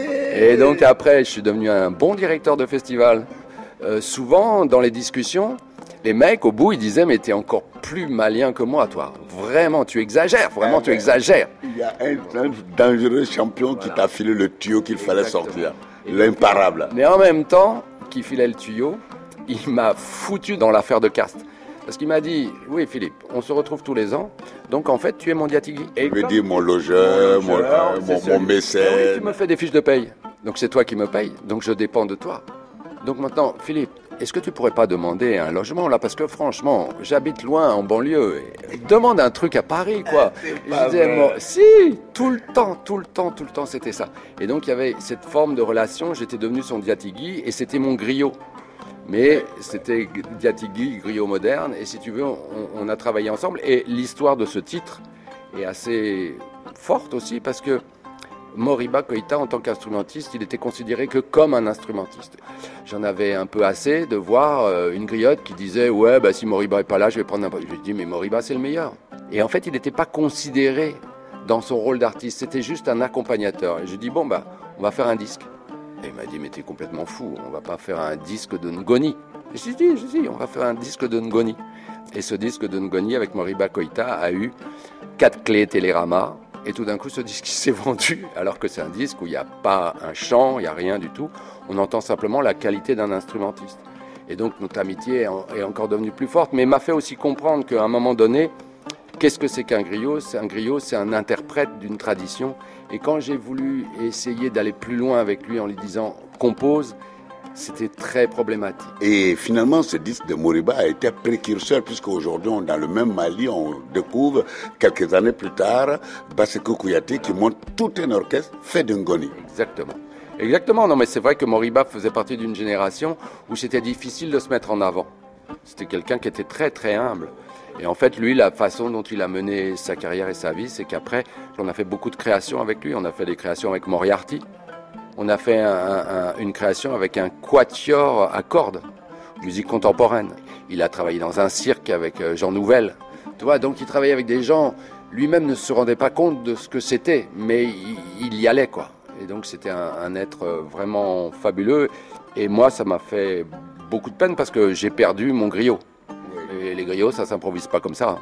Et donc après, je suis devenu un bon directeur de festival. Euh, souvent, dans les discussions, les mecs, au bout, ils disaient « Mais t'es encore plus malien que moi, toi. Vraiment, tu exagères. Vraiment, tu exagères. » Il y a un, un dangereux champion voilà. qui t'a filé le tuyau qu'il fallait Exactement. sortir. L'imparable. Mais en même temps, qui filait le tuyau, il m'a foutu dans l'affaire de caste. Parce qu'il m'a dit, oui Philippe, on se retrouve tous les ans, donc en fait tu es mon diatigui. Et je veux dire mon logeur, mon, logeur, mon, mon, mon mécène. Oui, tu me fais des fiches de paye, donc c'est toi qui me payes, donc je dépends de toi. Donc maintenant, Philippe, est-ce que tu pourrais pas demander un logement là? Parce que franchement, j'habite loin en banlieue. Demande un truc à Paris, quoi. Je disais, moi, si, tout le temps, tout le temps, tout le temps, c'était ça. Et donc il y avait cette forme de relation, j'étais devenu son diatigui et c'était mon griot. Mais c'était diatigui, griot moderne, et si tu veux, on, on a travaillé ensemble. Et l'histoire de ce titre est assez forte aussi, parce que Moriba Koïta, en tant qu'instrumentiste, il était considéré que comme un instrumentiste. J'en avais un peu assez de voir euh, une griotte qui disait « Ouais, bah, si Moriba n'est pas là, je vais prendre un... » Je lui ai dit « Mais Moriba, c'est le meilleur. » Et en fait, il n'était pas considéré dans son rôle d'artiste, c'était juste un accompagnateur. Et je lui ai dit « Bon, bah, on va faire un disque. » Et il m'a dit, mais t'es complètement fou, on va pas faire un disque de Ngoni. Et j'ai dit, j'ai dit, on va faire un disque de Ngoni. Et ce disque de Ngoni avec Moriba Koïta a eu quatre clés Télérama. Et tout d'un coup, ce disque s'est vendu, alors que c'est un disque où il n'y a pas un chant, il n'y a rien du tout. On entend simplement la qualité d'un instrumentiste. Et donc notre amitié est encore devenue plus forte, mais m'a fait aussi comprendre qu'à un moment donné, qu'est-ce que c'est qu'un griot? C'est un griot, c'est un interprète d'une tradition. Et quand j'ai voulu essayer d'aller plus loin avec lui en lui disant « compose », c'était très problématique. Et finalement, ce disque de Moriba a été précurseur, puisqu'aujourd'hui, on, dans le même Mali, on découvre, quelques années plus tard, Basseko Kouyaté qui monte tout un orchestre fait de Ngoni. Exactement. Exactement, non mais c'est vrai que Moriba faisait partie d'une génération où c'était difficile de se mettre en avant. C'était quelqu'un qui était très très humble. Et en fait, lui, la façon dont il a mené sa carrière et sa vie, c'est qu'après, on a fait beaucoup de créations avec lui. On a fait des créations avec Moriarty. On a fait un, un, une création avec un quatuor à cordes, musique contemporaine. Il a travaillé dans un cirque avec Jean Nouvel. Tu vois, donc il travaillait avec des gens, lui-même ne se rendait pas compte de ce que c'était, mais il, il y allait, quoi. Et donc c'était un, un être vraiment fabuleux. Et moi, ça m'a fait beaucoup de peine parce que j'ai perdu mon griot. Et les griots, ça s'improvise pas comme ça.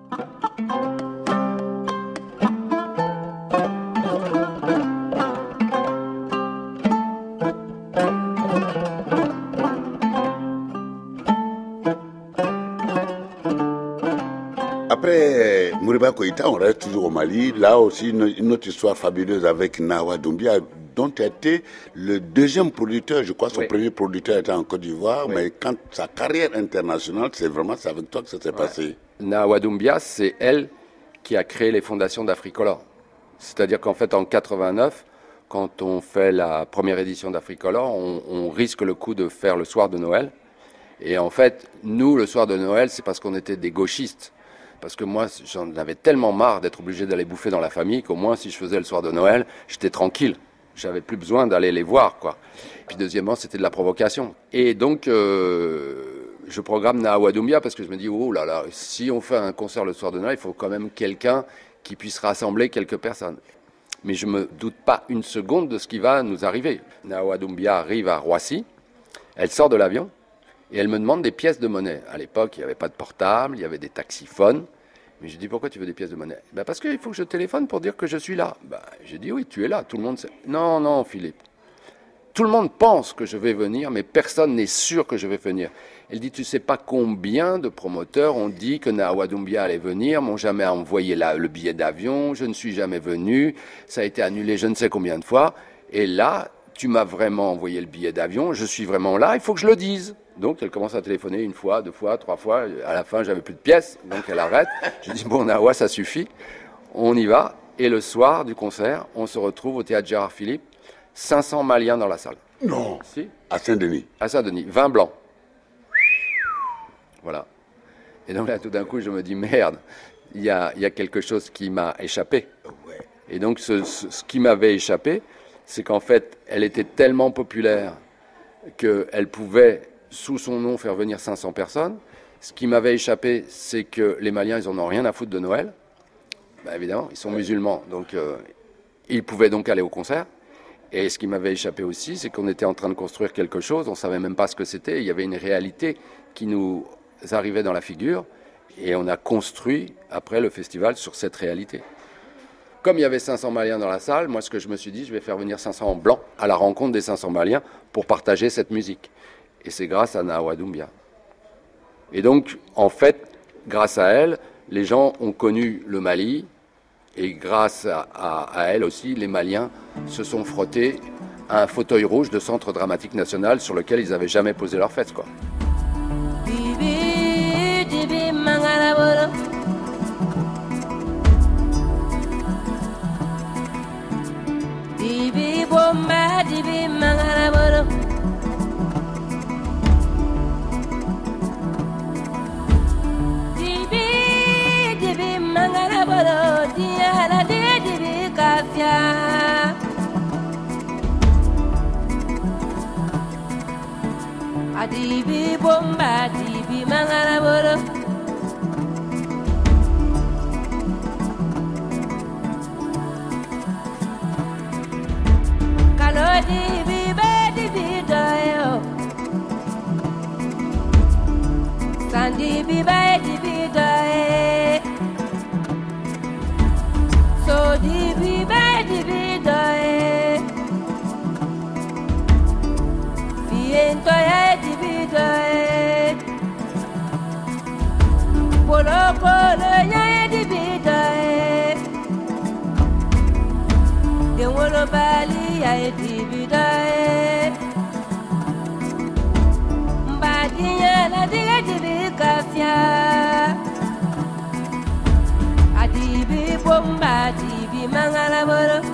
Après Moriba Koïta, on reste toujours au Mali. Là aussi, une, une autre histoire fabuleuse avec Nawa Doumbia, dont tu as été le deuxième producteur, je crois son oui. premier producteur était en Côte d'Ivoire, oui. mais quand sa carrière internationale, c'est vraiment c'est avec toi que ça s'est ouais. passé. Nawa Doumbia, c'est elle qui a créé les fondations d'Africolor. C'est-à-dire qu'en fait, en quatre-vingt-neuf, quand on fait la première édition d'Africolor, on, on risque le coup de faire le soir de Noël. Et en fait, nous, le soir de Noël, c'est parce qu'on était des gauchistes. Parce que moi, j'en avais tellement marre d'être obligé d'aller bouffer dans la famille qu'au moins, si je faisais le soir de Noël, j'étais tranquille. J'avais plus besoin d'aller les voir, quoi. Puis deuxièmement, c'était de la provocation. Et donc, euh, je programme Nawa Doumbia parce que je me dis, oh là là, si on fait un concert le soir de Noël, il faut quand même quelqu'un qui puisse rassembler quelques personnes. Mais je me doute pas une seconde de ce qui va nous arriver. Nawa Doumbia arrive à Roissy, elle sort de l'avion et elle me demande des pièces de monnaie. À l'époque, il n'y avait pas de portable, il y avait des taxiphones. Mais je dis, pourquoi tu veux des pièces de monnaie? Ben parce qu'il faut que je téléphone pour dire que je suis là. Ben, je dis, oui, tu es là, tout le monde sait. Non, non, Philippe. tout le monde pense que je vais venir, mais personne n'est sûr que je vais venir. Elle dit, tu sais pas combien de promoteurs ont dit que Nawa Doumbia allait venir, m'ont jamais envoyé la, le billet d'avion, je ne suis jamais venu, ça a été annulé je ne sais combien de fois, et là, tu m'as vraiment envoyé le billet d'avion, je suis vraiment là, il faut que je le dise. Donc elle commence à téléphoner une fois, deux fois, trois fois, à la fin j'avais plus de pièces, donc elle arrête. Je dis, bon Nawa, ça suffit, on y va, et le soir du concert, on se retrouve au théâtre Gérard Philippe, cinq cents Maliens dans la salle. Non, si. À Saint-Denis. À Saint-Denis, vingt blancs. Voilà. Et donc là, tout d'un coup, je me dis, merde, il y a, y a quelque chose qui m'a échappé. Ouais. Et donc, ce, ce, ce qui m'avait échappé, c'est qu'en fait, elle était tellement populaire qu'elle pouvait, sous son nom, faire venir cinq cents personnes. Ce qui m'avait échappé, c'est que les Maliens, ils en ont rien à foutre de Noël. Ben, évidemment, ils sont ouais. musulmans, donc euh, ils pouvaient donc aller au concert. Et ce qui m'avait échappé aussi, c'est qu'on était en train de construire quelque chose, on ne savait même pas ce que c'était, il y avait une réalité qui nous arrivait dans la figure, et on a construit, après le festival, sur cette réalité. Comme il y avait cinq cents Maliens dans la salle, moi ce que je me suis dit, je vais faire venir cinq cents blancs à la rencontre des cinq cents Maliens pour partager cette musique. Et c'est grâce à Nawa Doumbia. Et donc, en fait, grâce à elle, les gens ont connu le Mali, et grâce à, à, à elle aussi, les Maliens se sont frottés à un fauteuil rouge de Centre Dramatique National sur lequel ils n'avaient jamais posé leurs fesses, quoi. Dibi, dibi, mangarabolo. Dibi, bomba, dibi, mangarabolo. Dibi, dibi, mangarabolo. Diala, dibi, kafia. Adibi bomba, adibi mangaraboro. Kalo dibi ba dibi doyo. Sandi bi ba dibi doye. So dibi ba dibi doye. Fiento ya dibidae. Polo polo ya dibidae. De wolo bali ya dibidae. Mbadiya la diga dibikafia. Adibi bomba adibi mangalaboro.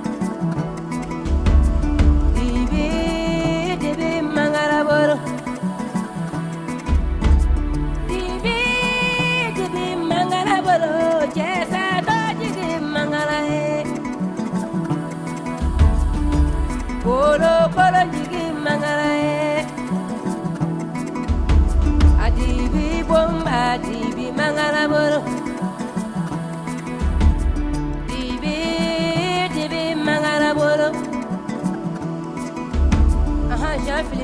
Mangaraboro. Dibi, dibi, mangaraboro. Jesa dojigi mangarahe. Kolo, kolo jigi mangarahe. Adibi bomba, dibi mangaraboro. Dibi, dibi, mangaraboro. Jean-Philippe.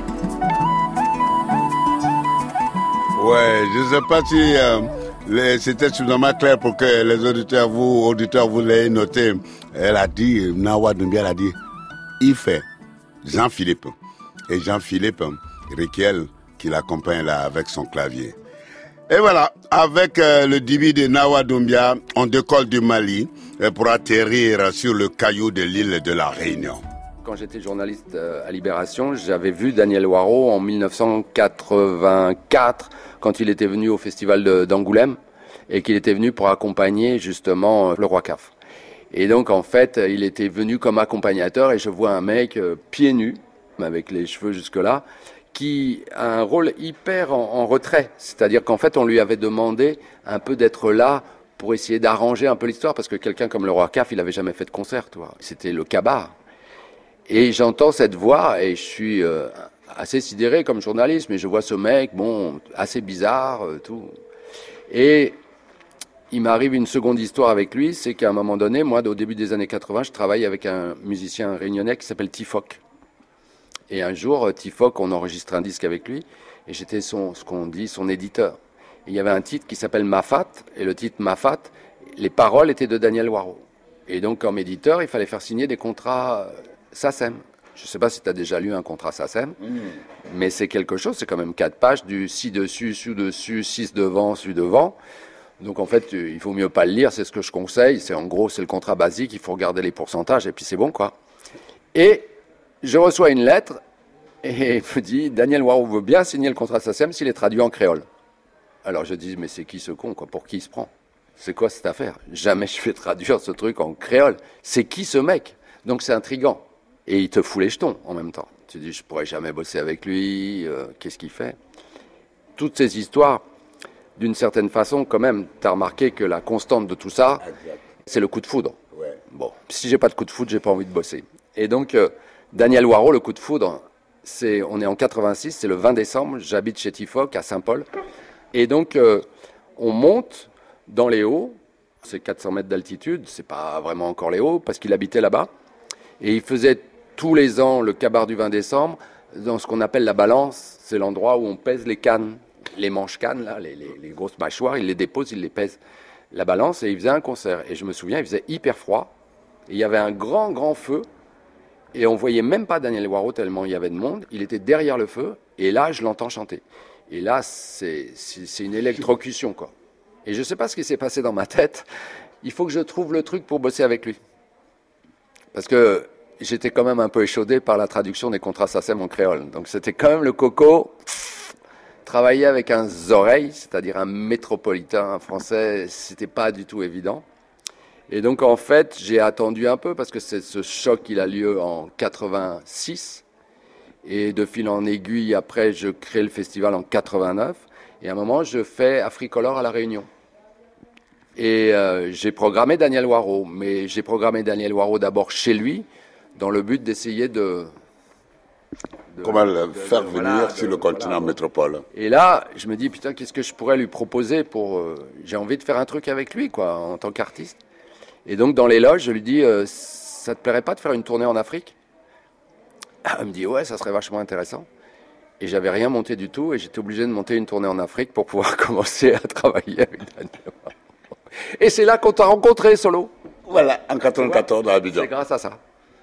Ouais, je ne sais pas si euh, les, c'était suffisamment clair pour que les auditeurs, vous, auditeurs, vous l'ayez noté. Elle a dit, Nawa Doumbia, elle a dit, il fait Jean-Philippe. Et Jean-Philippe, Riquel, qui l'accompagne là avec son clavier. Et voilà, avec euh, le dibi de Nawa Doumbia, on décolle du Mali euh, pour atterrir sur le caillou de l'île de la Réunion. Quand j'étais journaliste à Libération, j'avais vu Daniel Waro en dix-neuf cent quatre-vingt-quatre, quand il était venu au festival de, d'Angoulême, et qu'il était venu pour accompagner justement le Roi Caf. Et donc en fait, il était venu comme accompagnateur, et je vois un mec euh, pieds nus, avec les cheveux jusque-là, qui a un rôle hyper en, en retrait. C'est-à-dire qu'en fait, on lui avait demandé un peu d'être là pour essayer d'arranger un peu l'histoire, parce que quelqu'un comme le Roi Caf, il avait jamais fait de concert, toi. C'était le cabaret. Et j'entends cette voix et je suis euh, assez sidéré comme journaliste, mais je vois ce mec, bon, assez bizarre, euh, tout. Et il m'arrive une seconde histoire avec lui, c'est qu'à un moment donné, moi, au début des années quatre-vingts, je travaille avec un musicien réunionnais qui s'appelle Tifoc. Et un jour, Tifoc, on enregistre un disque avec lui, et j'étais son, ce qu'on dit, son éditeur. Et il y avait un titre qui s'appelle Mafat, et le titre Mafat, les paroles étaient de Daniel Waro. Et donc, comme éditeur, il fallait faire signer des contrats S A C E M. Je ne sais pas si tu as déjà lu un contrat SACEM, Mmh. mais c'est quelque chose, c'est quand même quatre pages, du ci dessus, su dessus, six devant, su devant. Donc en fait, il faut mieux pas le lire, c'est ce que je conseille. C'est en gros, c'est le contrat basique, il faut regarder les pourcentages et puis c'est bon quoi. Et je reçois une lettre et il me dit, Daniel Waro veut bien signer le contrat SACEM s'il est traduit en créole. Alors je dis, mais c'est qui ce con quoi? Pour qui il se prend? C'est quoi cette affaire? Jamais je vais traduire ce truc en créole. C'est qui ce mec? Donc c'est intriguant. Et il te fout les jetons en même temps. Tu dis, je pourrais jamais bosser avec lui, euh, qu'est-ce qu'il fait? Toutes ces histoires, d'une certaine façon, quand même, tu as remarqué que la constante de tout ça, Exact. c'est le coup de foudre. Ouais. Bon, si j'ai pas de coup de foudre, j'ai pas envie de bosser. Et donc, euh, Daniel Waro, le coup de foudre, c'est, on est en quatre-vingt-six, c'est le vingt décembre, j'habite chez Tifoc à Saint-Paul. Et donc, euh, on monte dans les hauts, c'est quatre cents mètres d'altitude, c'est pas vraiment encore les hauts, parce qu'il habitait là-bas. Et il faisait tous les ans le cabaret du vingt décembre dans ce qu'on appelle la balance. C'est l'endroit où on pèse les cannes, les manches-cannes, là, les, les, les grosses mâchoires, il les dépose, il les pèse. La balance, et il faisait un concert. Et je me souviens, il faisait hyper froid. Et il y avait un grand, grand feu. Et on voyait même pas Daniel Waro tellement il y avait de monde. Il était derrière le feu. Et là, je l'entends chanter. Et là, c'est, c'est, c'est une électrocution, quoi. Et je sais pas ce qui s'est passé dans ma tête. Il faut que je trouve le truc pour bosser avec lui. Parce que j'étais quand même un peu échaudé par la traduction des contrats SACEM en créole. Donc c'était quand même le coco. Pff, travailler avec un oreilles, c'est-à-dire un métropolitain, un français, c'était pas du tout évident. Et donc en fait, j'ai attendu un peu parce que c'est ce choc il a lieu en quatre-vingt-six. Et de fil en aiguille, après, je crée le festival en quatre-vingt-neuf. Et à un moment, je fais Africolor à La Réunion. Et euh, j'ai programmé Daniel Waro. Mais j'ai programmé Daniel Waro d'abord chez lui, dans le but d'essayer de... de Comment le de- faire de- venir voilà, sur de- le continent voilà. métropole? Et là, je me dis, putain, qu'est-ce que je pourrais lui proposer pour... euh, j'ai envie de faire un truc avec lui, quoi, en tant qu'artiste. Et donc, dans les loges, je lui dis, euh, ça te plairait pas de faire une tournée en Afrique? Ah, elle me dit, ouais, ça serait vachement intéressant. Et j'avais rien monté du tout, et j'étais obligé de monter une tournée en Afrique pour pouvoir commencer à travailler avec Daniel Waro. Et c'est là qu'on t'a rencontré, Solo. Voilà, en quatre-vingt-quatorze à Abidjan. C'est grâce à ça.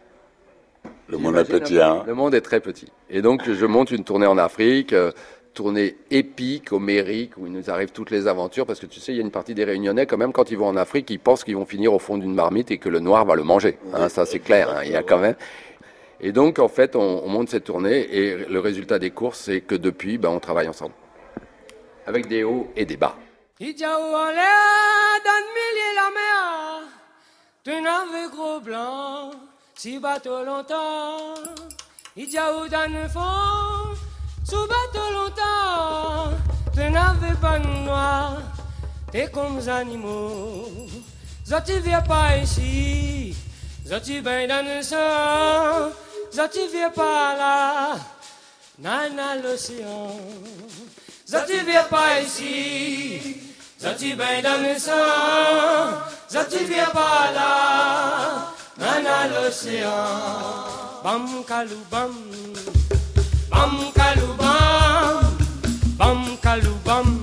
Le monde est J'imagine petit, un peu. hein? Le monde est très petit. Et donc, je monte une tournée en Afrique, euh, tournée épique, homérique, où il nous arrive toutes les aventures, parce que tu sais, il y a une partie des Réunionnais, quand même, quand ils vont en Afrique, ils pensent qu'ils vont finir au fond d'une marmite et que le noir va le manger. Hein, ça, c'est clair. Hein, il y a quand même... Et donc, en fait, on, on monte cette tournée, et le résultat des courses, c'est que depuis, ben, on travaille ensemble. Avec des hauts et des bas. Ijaou en l'air, donne mille la mer. Tu n'avais gros blanc, si bateau longtemps. Ijaou dans le fond, sous bateau longtemps. Tu n'avais pas de noir, t'es comme les animaux. Zoti viens pas ici, Zoti ben dans le sang. Zoti viens pas là, nana l'océan. Zoti viens pas ici, Zoti ben dans le sang. Zoti viens pas là, nana l'océan. Bam kalou bam, bam kalou bam, bam kalou bam,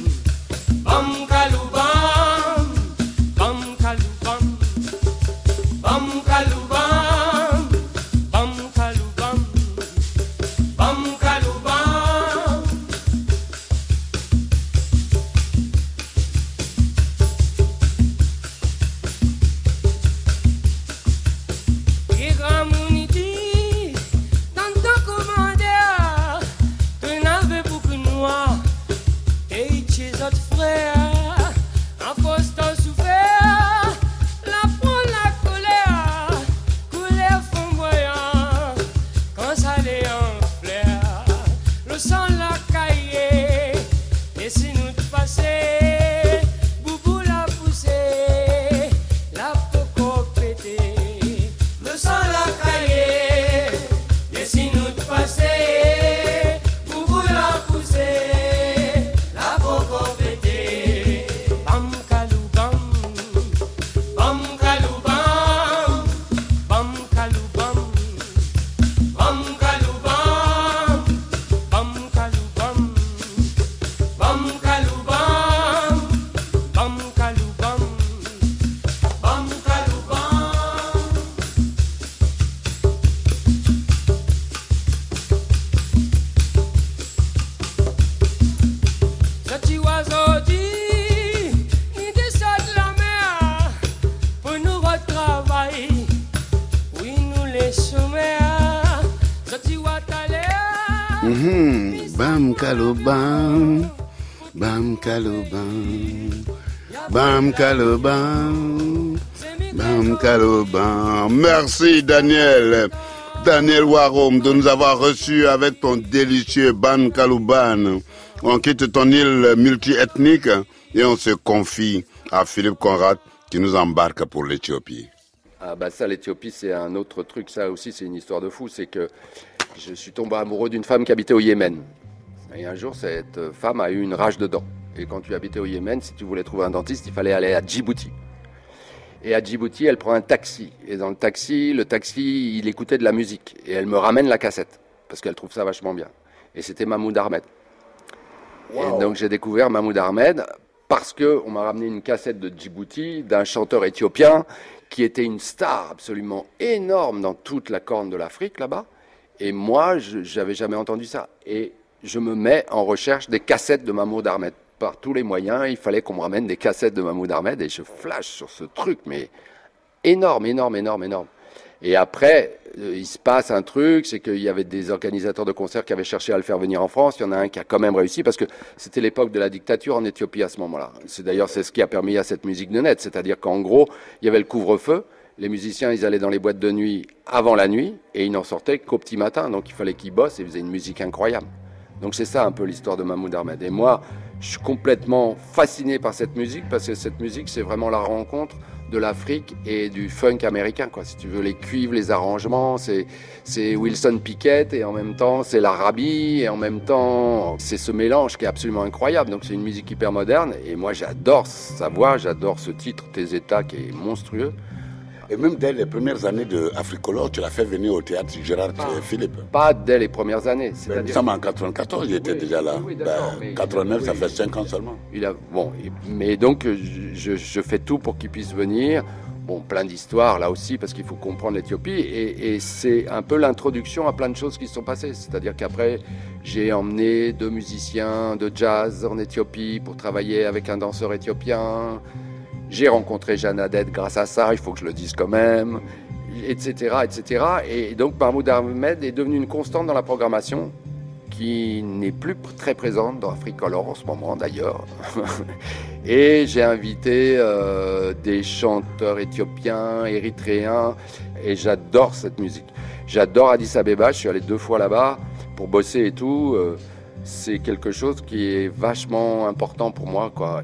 bam kalou bam, bam kalou bam, bam kalou bam, bam kalou bam, bam kalou bam. Et grand mouniti, dans ton commandeur, tu n'avais beaucoup noir, et chez autres frères, en force t'en souffert, la prendre la colère, couleur flamboyant, quand ça l'est en fleur, le sang la caillé, et si nous te passer, boubou la poussé, la poco pété. Le sang la caillé, et si nous te passer, boubou la poussé, la poco pété. Bam kalou bam, bam kalou bam, bam kalou bam, bam kalou bam, bam kalou bam, Mm-hmm. Bam kalobam, bam kalobam, bam kalobam, bam kalobam. Merci Daniel, Daniel Warom, de nous avoir reçus avec ton délicieux Bam Kalouban. On quitte ton île multiethnique et on se confie à Philippe Conrad qui nous embarque pour l'Éthiopie. Ah bah ça, l'Éthiopie, c'est un autre truc. Ça aussi, c'est une histoire de fou. C'est que je suis tombé amoureux d'une femme qui habitait au Yémen. Et un jour, cette femme a eu une rage de dents. Et quand tu habitais au Yémen, si tu voulais trouver un dentiste, il fallait aller à Djibouti. Et à Djibouti, elle prend un taxi. Et dans le taxi, le taxi, il écoutait de la musique. Et elle me ramène la cassette, parce qu'elle trouve ça vachement bien. Et c'était Mahmoud Ahmed. Wow. Et donc j'ai découvert Mahmoud Ahmed parce qu'on m'a ramené une cassette de Djibouti d'un chanteur éthiopien qui était une star absolument énorme dans toute la corne de l'Afrique là-bas. Et moi, je n'avais jamais entendu ça. Et je me mets en recherche des cassettes de Mahmoud Ahmed. Par tous les moyens, il fallait qu'on me ramène des cassettes de Mahmoud Ahmed. Et je flash sur ce truc, mais énorme, énorme, énorme, énorme. Et après, euh, il se passe un truc, c'est qu'il y avait des organisateurs de concerts qui avaient cherché à le faire venir en France. Il y en a un qui a quand même réussi parce que c'était l'époque de la dictature en Éthiopie à ce moment-là. C'est d'ailleurs c'est ce qui a permis à cette musique de naître. C'est-à-dire qu'en gros, il y avait le couvre-feu. Les musiciens, ils allaient dans les boîtes de nuit avant la nuit et ils n'en sortaient qu'au petit matin. Donc il fallait qu'ils bossent et ils faisaient une musique incroyable. Donc c'est ça un peu l'histoire de Mahmoud Ahmed. Et moi, je suis complètement fasciné par cette musique parce que cette musique, c'est vraiment la rencontre de l'Afrique et du funk américain, quoi. Si tu veux, les cuivres, les arrangements, c'est, c'est Wilson Pickett et en même temps c'est l'Arabie et en même temps c'est ce mélange qui est absolument incroyable. Donc c'est une musique hyper moderne et moi j'adore sa voix, j'adore ce titre Tes États qui est monstrueux. Et même dès les premières années de Africolor, tu l'as fait venir au théâtre Gérard ah, Philippe. Pas dès les premières années. C'est-à-dire... Ben, en quatre-vingt-quatorze, il était oui, déjà là. Oui, ben, quatre-vingt-neuf, oui, ça fait cinq ans seulement. Il a, bon, mais donc, je, je fais tout pour qu'il puisse venir. Bon, plein d'histoires là aussi, parce qu'il faut comprendre l'Éthiopie. Et, et c'est un peu l'introduction à plein de choses qui se sont passées. C'est-à-dire qu'après, j'ai emmené deux musiciens de jazz en Éthiopie pour travailler avec un danseur éthiopien. J'ai rencontré Jeanne Haddad grâce à ça, il faut que je le dise quand même, et cetera, et cetera. Et donc Mahmoud Ahmed est devenu une constante dans la programmation qui n'est plus très présente dans Africolor en ce moment d'ailleurs. Et j'ai invité euh, des chanteurs éthiopiens, érythréens, et j'adore cette musique. J'adore Addis Abeba, je suis allé deux fois là-bas pour bosser et tout. Euh, c'est quelque chose qui est vachement important pour moi, quoi.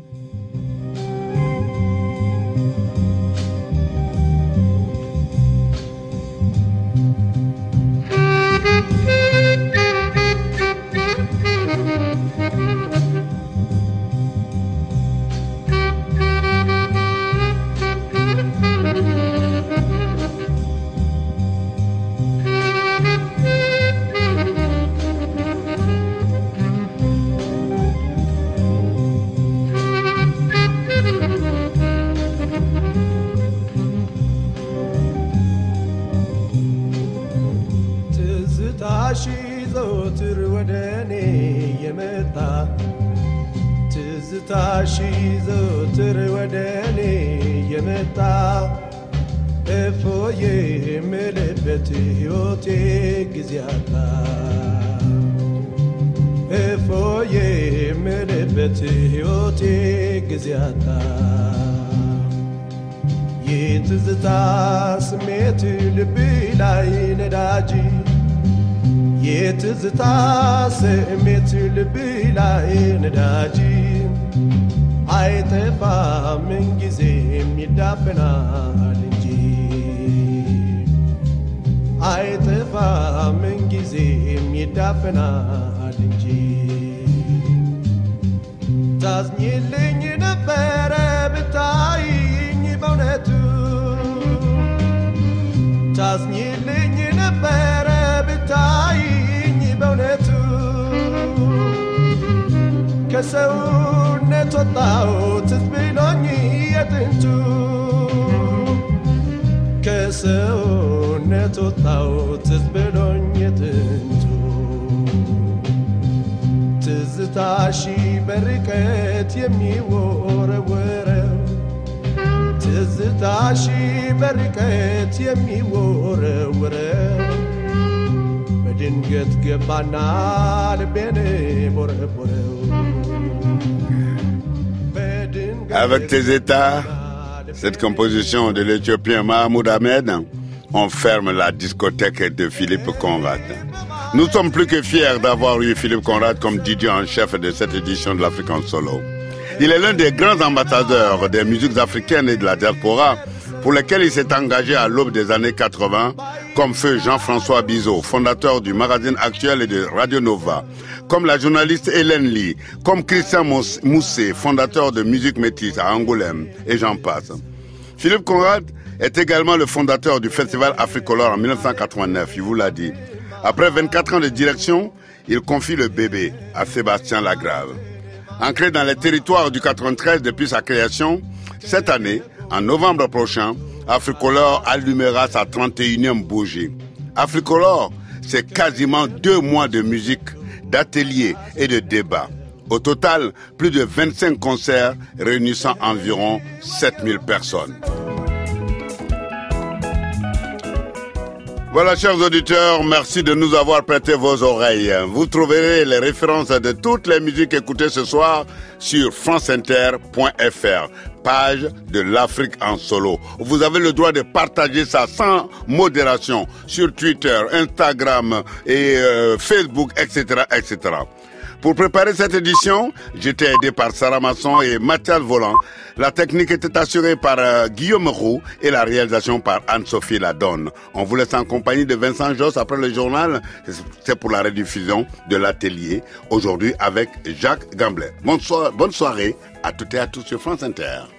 ትዝታሽ ዘወትር ወደ እኔ የመጣ እፎዬ የምልበት ሕይወቴ ጊዜ አጣ እፎዬ የምልበት ሕይወቴ ጊዜ አጣ የትዝታ ስሜት ልብ ላይ ነዳጅ የትዝታ ስሜት ልብ ላይ ነዳጅ አይጠፋም ምንጊዜም ይዳፈናል እንጂ አይጠፋም ምንጊዜም ይዳፈናል እንጂ ታዝኝልኝ ነበረ ብታይኝ በእውነቱ ታዝኝልኝ ነበረ ብታይኝ በእውነቱ ከሰውነት ወጣሁት ትዝ ብሎኝ የጥንቱ ከሰውነት ወጣሁት ትዝ ብሎኝ የጥንቱ ትዝታሽ በርቀት የሚወረወረው ትዝታሽ በርቀት የሚወረወረው ድንገት ገባና ልቤን ቦረቦረው Avec tes états, cette composition de l'Éthiopien Mahmoud Ahmed, on ferme la discothèque de Philippe Conrad. Nous sommes plus que fiers d'avoir eu Philippe Conrad comme D J en chef de cette édition de l'Afrique en solo. Il est l'un des grands ambassadeurs des musiques africaines et de la diaspora pour lesquels il s'est engagé à l'aube des années quatre-vingts, comme feu Jean-François Bizot, fondateur du magazine Actuel et de Radio Nova, comme la journaliste Hélène Lee, comme Christian Moussé, fondateur de Musique Métisse à Angoulême, et j'en passe. Philippe Conrad est également le fondateur du Festival Africolor en dix-neuf cent quatre-vingt-neuf, il vous l'a dit. Après vingt-quatre ans de direction, il confie le bébé à Sébastien Lagrave. Ancré dans les territoires du quatre-vingt-treize depuis sa création, cette année, en novembre prochain, Africolor allumera sa trente et unième bougie. Africolor, c'est quasiment deux mois de musique, d'ateliers et de débats. Au total, plus de vingt-cinq concerts réunissant environ sept mille personnes. Voilà, chers auditeurs, merci de nous avoir prêté vos oreilles. Vous trouverez les références de toutes les musiques écoutées ce soir sur franceinter point f r, page de l'Afrique en solo. Vous avez le droit de partager ça sans modération sur Twitter, Instagram et euh, Facebook, et cetera, et cetera. Pour préparer cette édition, j'étais aidé par Sarah Masson et Mathias Volant. La technique était assurée par euh, Guillaume Roux et la réalisation par Anne-Sophie Ladonne. On vous laisse en compagnie de Vincent Josse après le journal. C'est pour la rediffusion de l'atelier, aujourd'hui avec Jacques Gamblet. Bonne, so- bonne soirée à toutes et à tous sur France Inter.